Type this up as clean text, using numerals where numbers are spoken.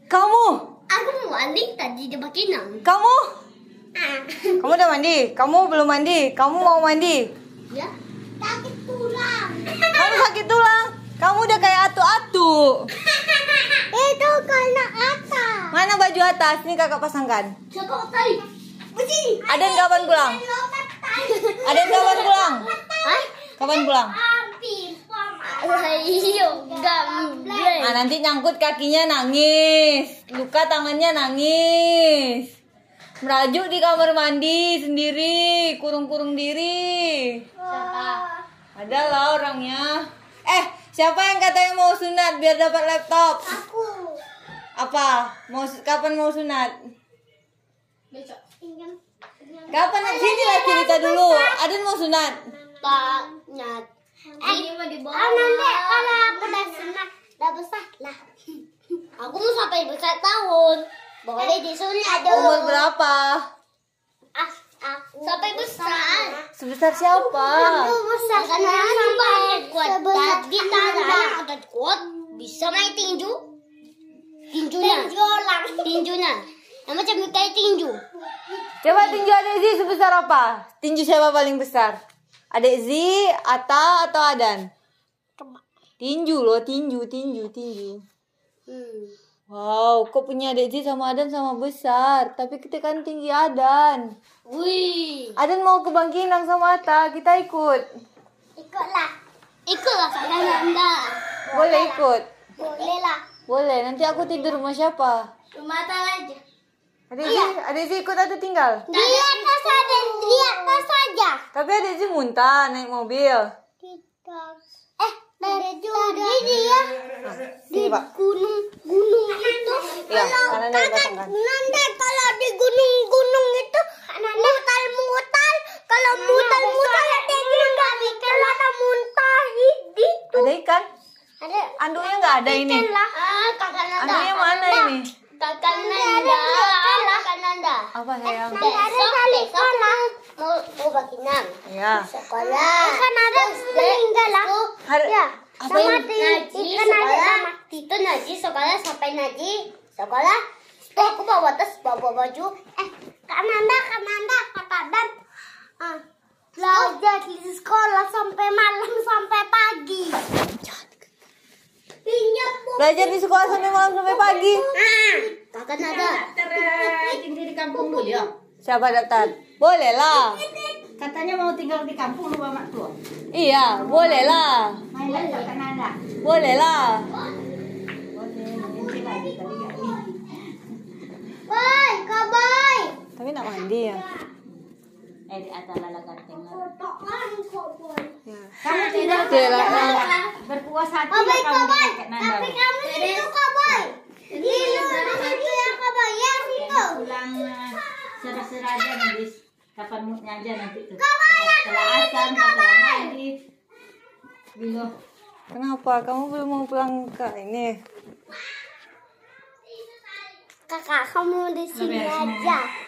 Kamu? Aku mau mandi tadi di Bakinang. Kamu? Kamu udah mandi? Kamu belum mandi? Kamu mau mandi? Ya. Sakit tulang. Kamu sakit tulang? Kamu udah kayak atu-atu. Itu karena atas. Mana baju atas? Ini kakak pasangkan. Cakap tadi. Besi. Aden kapan pulang? Aden kapan pulang? Hah? Kapan pulang? Ayo, gamble. Nah, nanti nyangkut kakinya nangis, luka tangannya nangis, merajuk di kamar mandi sendiri, kurung-kurung diri. Siapa? Adalah orangnya. Siapa yang katanya mau sunat biar dapat laptop? Aku. Apa? Kapan mau sunat? Besok. Kapan? Sini lah cerita dulu. Aden mau sunat. Tanya. Ini mau dibawa. Nanti kalau aku udah sunat, udah besar lah. Aku mau sampai besar tahun. Boleh disunat dulu. Umur berapa? Aku sampai besar. Sebesar siapa? Aku besar. Karena sampai kuat. Tadi tanah otot kuat bisa main tinju. Tinjunya. Yang macam kayak tinju. Coba tinju Adek Zi sebesar apa? Tinju siapa paling besar? Adek Zi, Ata, atau Adan? Tinju loh, tinju. Wow, kok punya Adek Zi sama Adan sama besar. Tapi kita kan tinggi Adan. Wih. Adan mau ke Bangkinang sama Ata, kita ikut. Ikutlah kalian Anda. Boleh ikut? Boleh lah. Boleh, nanti aku tidur rumah siapa? Rumah aja. Adek Zi ikut atau tinggal? Di atas saja. Tapi Adek Zi muntah naik mobil. Dari dia Sini Pak. gunung itu. Iya, kanan naik pasangkan. Nanti kalau di gunung itu mutal. Kalau mutal kalau ada muntah itu. Ada ikan? Ada. Anduknya nggak ada ini. Kakak Nanda. Anduknya mana ini? Kakak Nanda. Apa sayang? Besok mau Bakinang. Iya. Sekolah. Ikan ada meninggal lah. Ya. Apa Sama ini? ikan ada mati. Itu Naji sekolah sampai Naji sekolah. Itu aku bawa tas, bawa baju. Kak Nanda, kata Dan. Belajar di sekolah sampai malam sampai pagi. Pinjam buku. Belajar di sekolah sampai malam sampai pagi. Kakak Nanda. Tinggal di kampung dulu ya. Siapa daftar? Boleh lah. Katanya mau tinggal di kampung lu mak tua. Iya, boleh lah. Main lagi ke Nanda. Boleh lah. Boleh, lagi kali ya. Boy, Kak Boy. Tapi nak mandi ya. Di atas lala ganteng. Ya. Kamu tidak berpuas hati Kak Boy, ya kamu Kak Boy. dengan Nanda. Tapi kamu itu Kak Boy. Itu ya Kak Boy. Ya itu. Pulang serah-serah aja nanti. Kapan moodnya aja nanti tuh. Setelah asar, setelah maghrib. Bilo. Kenapa? Kamu belum mau pulang ke ini? Kakak kamu di sini aja.